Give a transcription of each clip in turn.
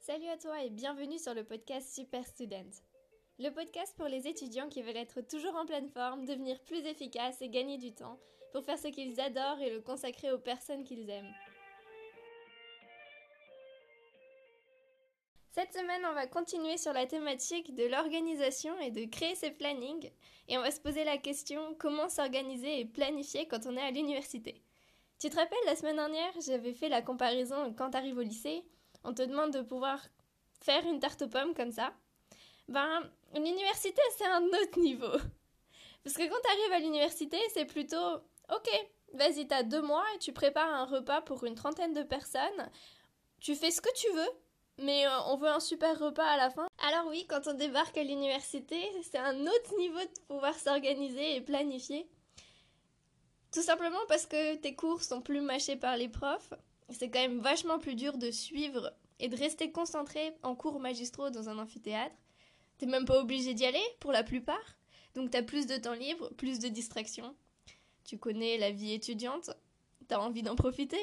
Salut à toi et bienvenue sur le podcast Super Student. Le podcast pour les étudiants qui veulent être toujours en pleine forme, devenir plus efficaces et gagner du temps pour faire ce qu'ils adorent et le consacrer aux personnes qu'ils aiment. Cette semaine, on va continuer sur la thématique de l'organisation et de créer ses plannings et on va se poser la question comment s'organiser et planifier quand on est à l'université. Tu te rappelles, la semaine dernière, j'avais fait la comparaison quand tu arrives au lycée. On te demande de pouvoir faire une tarte aux pommes comme ça. L'université, c'est un autre niveau. Parce que quand tu arrives à l'université, c'est plutôt ok, vas-y, t'as 2 mois et tu prépares un repas pour une trentaine de personnes. Tu fais ce que tu veux, mais on veut un super repas à la fin. Alors oui, quand on débarque à l'université, c'est un autre niveau de pouvoir s'organiser et planifier. Tout simplement parce que tes cours sont plus mâchés par les profs. C'est quand même vachement plus dur de suivre et de rester concentré en cours magistraux dans un amphithéâtre. T'es même pas obligé d'y aller pour la plupart. Donc t'as plus de temps libre, plus de distractions. Tu connais la vie étudiante, t'as envie d'en profiter.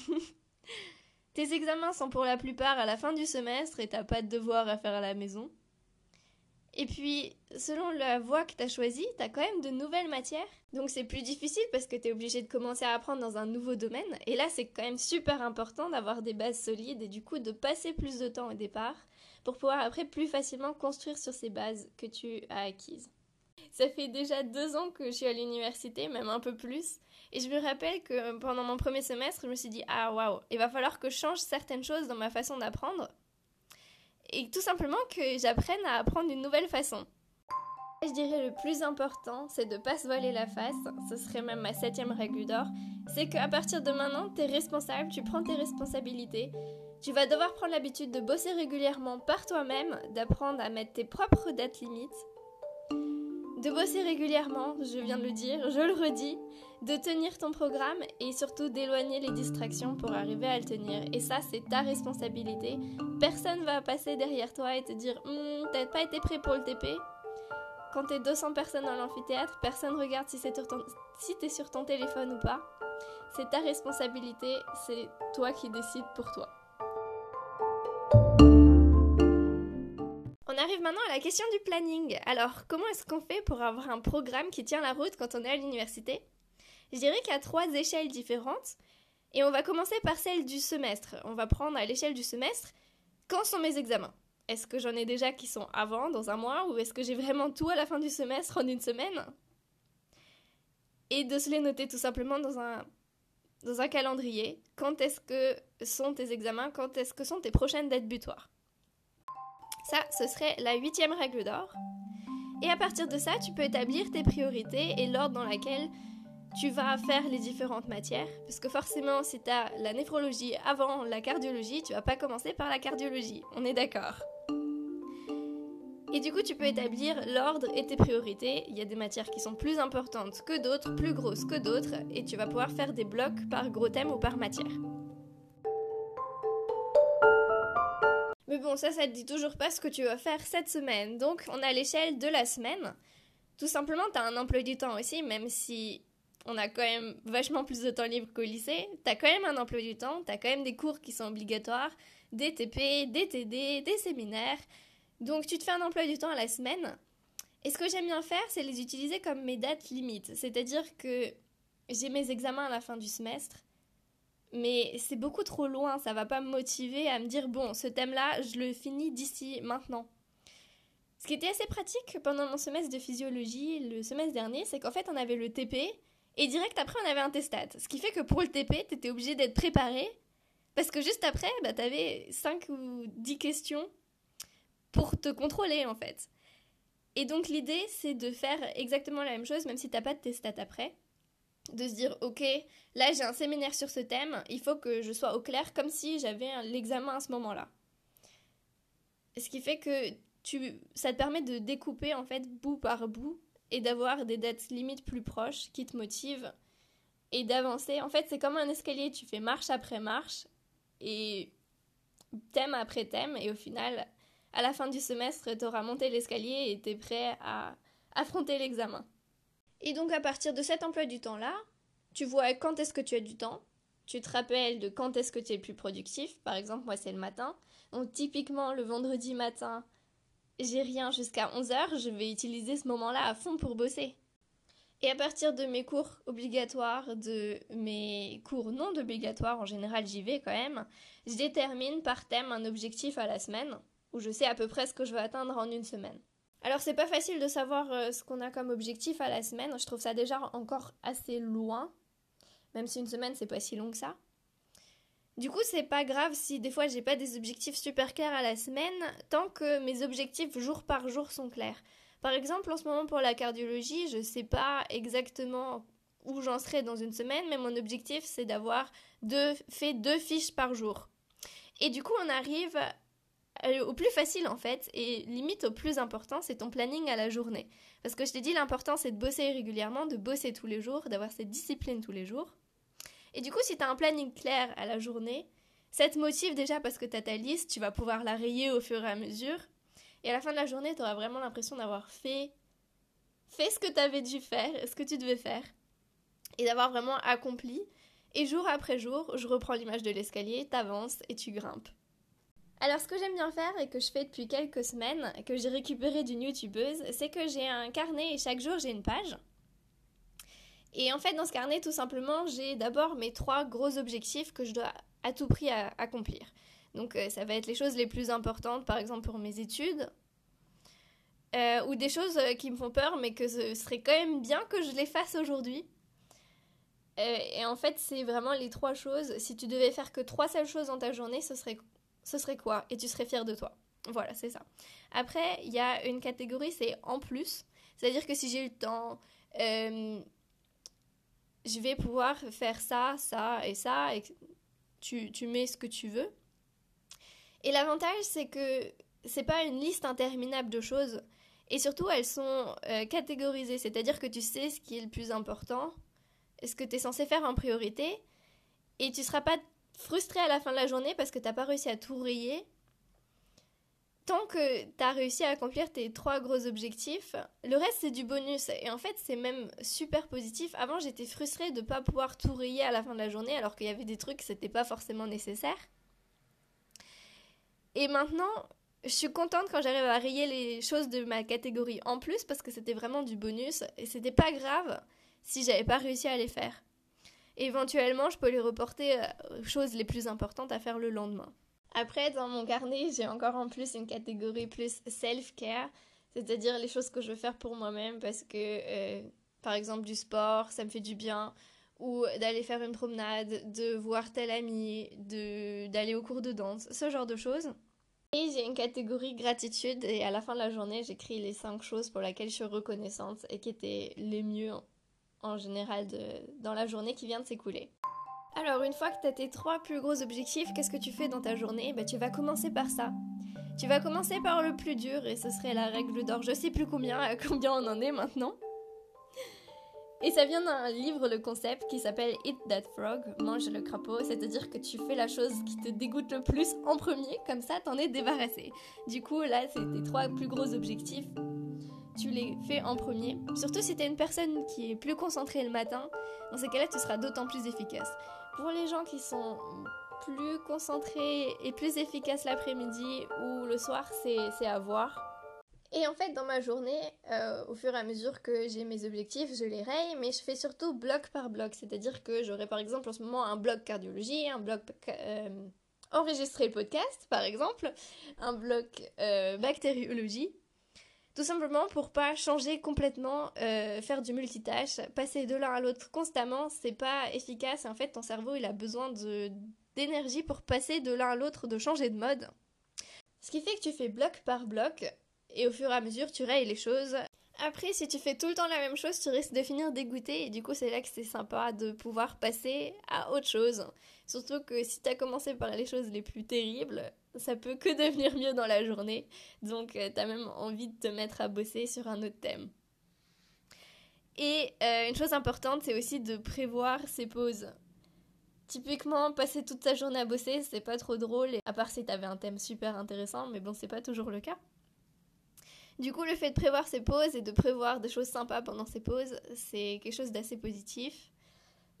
Tes examens sont pour la plupart à la fin du semestre et t'as pas de devoirs à faire à la maison. Et puis, selon la voie que t'as choisie, t'as quand même de nouvelles matières. Donc c'est plus difficile parce que t'es obligé de commencer à apprendre dans un nouveau domaine. Et là, c'est quand même super important d'avoir des bases solides et du coup de passer plus de temps au départ pour pouvoir après plus facilement construire sur ces bases que tu as acquises. Ça fait déjà 2 ans que je suis à l'université, même un peu plus. Et je me rappelle que pendant mon premier semestre, je me suis dit « Ah waouh, il va falloir que je change certaines choses dans ma façon d'apprendre. » Et tout simplement que j'apprenne à apprendre d'une nouvelle façon. Je dirais le plus important, c'est de ne pas se voiler la face, ce serait même ma 7e règle d'or, c'est qu'à partir de maintenant, tu es responsable, tu prends tes responsabilités, tu vas devoir prendre l'habitude de bosser régulièrement par toi-même, d'apprendre à mettre tes propres dates limites, de bosser régulièrement, je viens de le dire, je le redis, de tenir ton programme et surtout d'éloigner les distractions pour arriver à le tenir. Et ça, c'est ta responsabilité. Personne va passer derrière toi et te dire « T'as pas été prêt pour le TP ?» Quand t'es 200 personnes dans l'amphithéâtre, personne regarde si t'es sur ton téléphone ou pas. C'est ta responsabilité, c'est toi qui décides pour toi. On arrive maintenant à la question du planning. Alors, comment est-ce qu'on fait pour avoir un programme qui tient la route quand on est à l'université ? Je dirais qu'il y a 3 échelles différentes. Et on va commencer par celle du semestre. On va prendre à l'échelle du semestre, quand sont mes examens ? Est-ce que j'en ai déjà qui sont avant, dans un mois, ou est-ce que j'ai vraiment tout à la fin du semestre en une semaine ? Et de se les noter tout simplement dans un calendrier. Quand est-ce que sont tes examens ? Quand est-ce que sont tes prochaines dates butoirs ? Ça, ce serait la 8e règle d'or. Et à partir de ça, tu peux établir tes priorités et l'ordre dans lequel tu vas faire les différentes matières. Parce que forcément, si tu as la néphrologie avant la cardiologie, tu vas pas commencer par la cardiologie. On est d'accord ? Et du coup, tu peux établir l'ordre et tes priorités. Il y a des matières qui sont plus importantes que d'autres, plus grosses que d'autres, et tu vas pouvoir faire des blocs par gros thème ou par matière. Mais bon, ça te dit toujours pas ce que tu vas faire cette semaine. Donc, on a l'échelle de la semaine. Tout simplement, t'as un emploi du temps aussi, même si on a quand même vachement plus de temps libre qu'au lycée. T'as quand même un emploi du temps, t'as quand même des cours qui sont obligatoires, des TP, des TD, des séminaires. Donc, tu te fais un emploi du temps à la semaine. Et ce que j'aime bien faire, c'est les utiliser comme mes dates limites. C'est-à-dire que j'ai mes examens à la fin du semestre, mais c'est beaucoup trop loin, ça va pas me motiver à me dire bon, ce thème-là, je le finis d'ici maintenant. Ce qui était assez pratique pendant mon semestre de physiologie le semestre dernier, c'est qu'en fait on avait le TP et direct après on avait un testat. Ce qui fait que pour le TP, t'étais obligé d'être préparé parce que juste après, t'avais 5 ou 10 questions pour te contrôler en fait. Et donc l'idée, c'est de faire exactement la même chose, même si t'as pas de testat après. De se dire, ok, là j'ai un séminaire sur ce thème, il faut que je sois au clair comme si j'avais l'examen à ce moment-là. Ce qui fait que ça te permet de découper en fait bout par bout et d'avoir des dates limites plus proches qui te motivent et d'avancer. En fait, c'est comme un escalier, tu fais marche après marche et thème après thème et au final, à la fin du semestre, t'auras monté l'escalier et t'es prêt à affronter l'examen. Et donc à partir de cet emploi du temps-là, tu vois quand est-ce que tu as du temps, tu te rappelles de quand est-ce que tu es le plus productif. Par exemple, moi, c'est le matin. Donc, typiquement, le vendredi matin, j'ai rien jusqu'à 11h. Je vais utiliser ce moment-là à fond pour bosser. Et à partir de mes cours obligatoires, de mes cours non obligatoires, en général j'y vais quand même, je détermine par thème un objectif à la semaine, où je sais à peu près ce que je veux atteindre en une semaine. Alors c'est pas facile de savoir ce qu'on a comme objectif à la semaine, je trouve ça déjà encore assez loin, même si une semaine c'est pas si long que ça. Du coup c'est pas grave si des fois j'ai pas des objectifs super clairs à la semaine, tant que mes objectifs jour par jour sont clairs. Par exemple, en ce moment pour la cardiologie, je sais pas exactement où j'en serai dans une semaine, mais mon objectif c'est d'avoir fait 2 fiches par jour. Et du coup, on arrive au plus facile en fait, et limite au plus important, c'est ton planning à la journée. Parce que je t'ai dit, l'important c'est de bosser régulièrement, de bosser tous les jours, d'avoir cette discipline tous les jours. Et du coup, si tu as un planning clair à la journée, ça te motive déjà parce que tu as ta liste, tu vas pouvoir la rayer au fur et à mesure. Et à la fin de la journée, tu auras vraiment l'impression d'avoir fait ce que tu avais dû faire, ce que tu devais faire. Et d'avoir vraiment accompli. Et jour après jour, je reprends l'image de l'escalier, t'avances et tu grimpes. Alors ce que j'aime bien faire et que je fais depuis quelques semaines, que j'ai récupéré d'une youtubeuse, c'est que j'ai un carnet et chaque jour j'ai une page. Et en fait dans ce carnet tout simplement j'ai d'abord mes 3 gros objectifs que je dois à tout prix accomplir. Donc ça va être les choses les plus importantes, par exemple pour mes études, ou des choses qui me font peur mais que ce serait quand même bien que je les fasse aujourd'hui. Et en fait c'est vraiment les 3 choses. Si tu devais faire que 3 seules choses dans ta journée, ce serait quoi? Et tu serais fier de toi. Voilà, c'est ça. Après, il y a une catégorie, c'est en plus. C'est-à-dire que si j'ai eu le temps, je vais pouvoir faire ça, ça et ça. Et tu mets ce que tu veux. Et l'avantage, c'est que c'est pas une liste interminable de choses. Et surtout, elles sont catégorisées. C'est-à-dire que tu sais ce qui est le plus important, ce que tu es censé faire en priorité. Et tu seras pas frustré à la fin de la journée parce que t'as pas réussi à tout rayer. Tant que t'as réussi à accomplir tes 3 gros objectifs, le reste c'est du bonus. Et en fait c'est même super positif. Avant j'étais frustrée de pas pouvoir tout rayer à la fin de la journée alors qu'il y avait des trucs que c'était pas forcément nécessaire. Et maintenant je suis contente quand j'arrive à rayer les choses de ma catégorie en plus parce que c'était vraiment du bonus et c'était pas grave si j'avais pas réussi à les faire. Et éventuellement je peux les reporter aux choses les plus importantes à faire le lendemain. Après, dans mon carnet, j'ai encore en plus une catégorie plus self-care, c'est-à-dire les choses que je veux faire pour moi-même parce que, par exemple, du sport, ça me fait du bien, ou d'aller faire une promenade, de voir tel ami, d'aller au cours de danse, ce genre de choses. Et j'ai une catégorie gratitude et à la fin de la journée, j'écris les 5 choses pour lesquelles je suis reconnaissante et qui étaient les mieux en général dans la journée qui vient de s'écouler. Alors, une fois que tu as tes 3 plus gros objectifs, qu'est-ce que tu fais dans ta journée? Tu vas commencer par ça. Tu vas commencer par le plus dur et ce serait la règle d'or. Je sais plus combien on en est maintenant. Et ça vient d'un livre, le concept, qui s'appelle Eat That Frog, mange le crapaud, c'est-à-dire que tu fais la chose qui te dégoûte le plus en premier, comme ça t'en es débarrassé. Du coup, là, c'est tes 3 plus gros objectifs. Tu les fais en premier. Surtout si t'es une personne qui est plus concentrée le matin, dans ces cas-là, tu seras d'autant plus efficace. Pour les gens qui sont plus concentrés et plus efficaces l'après-midi ou le soir, c'est à voir. Et en fait, dans ma journée, au fur et à mesure que j'ai mes objectifs, je les raye, mais je fais surtout bloc par bloc. C'est-à-dire que j'aurai par exemple en ce moment un bloc cardiologie, un bloc enregistrer le podcast, par exemple, un bloc bactériologie. Tout simplement pour pas changer complètement, faire du multitâche, passer de l'un à l'autre constamment, c'est pas efficace. Et en fait, ton cerveau, il a besoin d'énergie pour passer de l'un à l'autre, de changer de mode. Ce qui fait que tu fais bloc par bloc, et au fur et à mesure, tu rayes les choses. Après, si tu fais tout le temps la même chose, tu risques de finir dégoûté, et du coup, c'est là que c'est sympa de pouvoir passer à autre chose. Surtout que si t'as commencé par les choses les plus terribles, ça peut que devenir mieux dans la journée. Donc t'as même envie de te mettre à bosser sur un autre thème. Et une chose importante, c'est aussi de prévoir ses pauses. Typiquement, passer toute sa journée à bosser, c'est pas trop drôle, à part si t'avais un thème super intéressant, mais bon, c'est pas toujours le cas. Du coup, le fait de prévoir ses pauses et de prévoir des choses sympas pendant ses pauses, c'est quelque chose d'assez positif.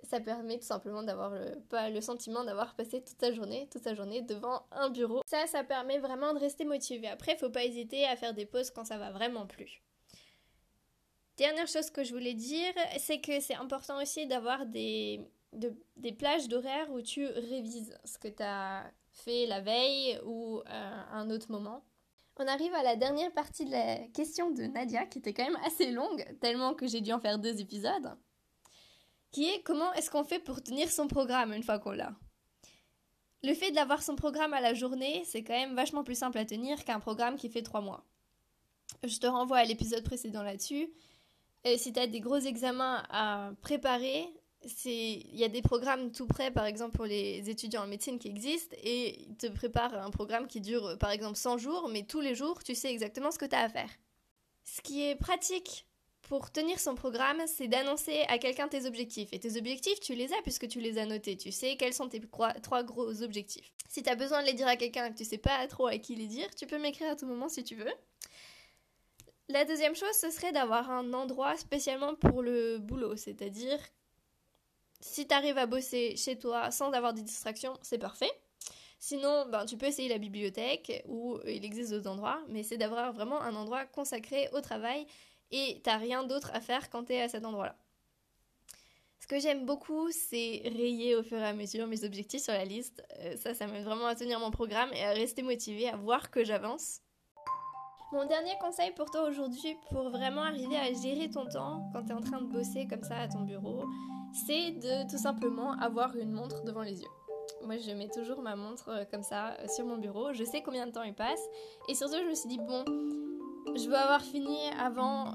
ça permet tout simplement d'avoir pas le sentiment d'avoir passé toute sa journée devant un bureau. Ça permet vraiment de rester motivé. Après, faut pas hésiter à faire des pauses quand ça va vraiment plus. Dernière chose que je voulais dire, c'est que c'est important aussi d'avoir des plages d'horaire où tu révises ce que tu as fait la veille ou un autre moment. On arrive à la dernière partie de la question de Nadia, qui était quand même assez longue, tellement que j'ai dû en faire 2 épisodes, qui est comment est-ce qu'on fait pour tenir son programme une fois qu'on l'a. Le fait d'avoir son programme à la journée, c'est quand même vachement plus simple à tenir qu'un programme qui fait 3 mois. Je te renvoie à l'épisode précédent là-dessus. Si tu as des gros examens à préparer, il y a des programmes tout prêts, par exemple pour les étudiants en médecine qui existent, et ils te préparent un programme qui dure par exemple 100 jours, mais tous les jours, tu sais exactement ce que tu as à faire. Ce qui est pratique pour tenir son programme, c'est d'annoncer à quelqu'un tes objectifs. Et tes objectifs, tu les as puisque tu les as notés. Tu sais quels sont tes 3 gros objectifs. Si tu as besoin de les dire à quelqu'un et que tu sais pas trop à qui les dire, tu peux m'écrire à tout moment si tu veux. La deuxième chose, ce serait d'avoir un endroit spécialement pour le boulot, c'est-à-dire si tu arrives à bosser chez toi sans avoir de distractions, c'est parfait. Sinon, tu peux essayer la bibliothèque ou il existe d'autres endroits, mais c'est d'avoir vraiment un endroit consacré au travail et t'as rien d'autre à faire quand t'es à cet endroit-là. Ce que j'aime beaucoup, c'est rayer au fur et à mesure mes objectifs sur la liste. Ça m'aide vraiment à tenir mon programme et à rester motivée, à voir que j'avance. Mon dernier conseil pour toi aujourd'hui, pour vraiment arriver à gérer ton temps quand t'es en train de bosser comme ça à ton bureau, c'est de tout simplement avoir une montre devant les yeux. Moi, je mets toujours ma montre comme ça sur mon bureau. Je sais combien de temps il passe. Et surtout, je me suis dit, bon, je veux avoir fini avant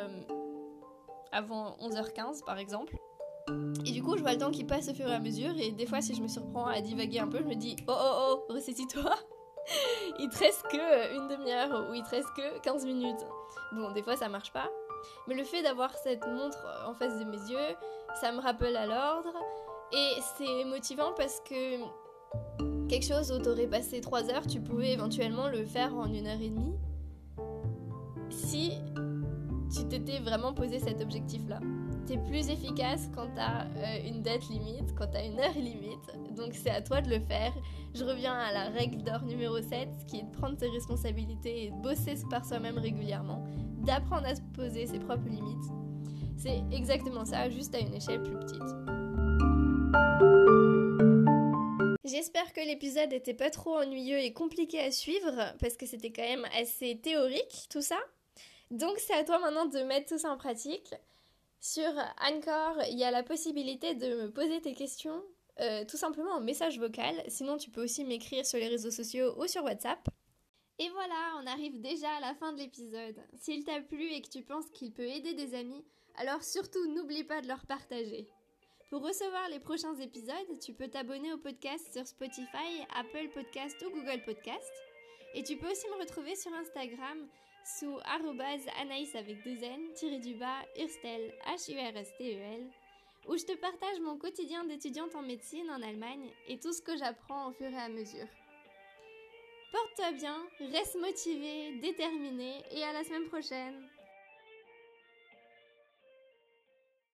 11h15, par exemple. Et du coup, je vois le temps qui passe au fur et à mesure. Et des fois, si je me surprends à divaguer un peu, je me dis, oh, ressaisis-toi. Il te reste que une demi-heure ou il te reste que 15 minutes. Bon, des fois, ça marche pas. Mais le fait d'avoir cette montre en face de mes yeux, ça me rappelle à l'ordre. Et c'est motivant parce que quelque chose où t'aurais passé 3 heures, tu pouvais éventuellement le faire en 1h30 si tu t'étais vraiment posé cet objectif-là. T'es plus efficace quand t'as une date limite, quand t'as une heure limite, donc c'est à toi de le faire. Je reviens à la règle d'or numéro 7, qui est de prendre ses responsabilités et de bosser par soi-même régulièrement, d'apprendre à se poser ses propres limites. C'est exactement ça, juste à une échelle plus petite. J'espère que l'épisode n'était pas trop ennuyeux et compliqué à suivre, parce que c'était quand même assez théorique tout ça. Donc c'est à toi maintenant de mettre tout ça en pratique. Sur Anchor, il y a la possibilité de me poser tes questions tout simplement en message vocal. Sinon, tu peux aussi m'écrire sur les réseaux sociaux ou sur WhatsApp. Et voilà, on arrive déjà à la fin de l'épisode. S'il t'a plu et que tu penses qu'il peut aider des amis, alors surtout n'oublie pas de leur partager. Pour recevoir les prochains épisodes, tu peux t'abonner au podcast sur Spotify, Apple Podcast ou Google Podcast. Et tu peux aussi me retrouver sur Instagram sous @Anaïs avec 2 N, Hurstel, Hurstel, où je te partage mon quotidien d'étudiante en médecine en Allemagne et tout ce que j'apprends au fur et à mesure. Porte-toi bien, reste motivé, déterminé et à la semaine prochaine.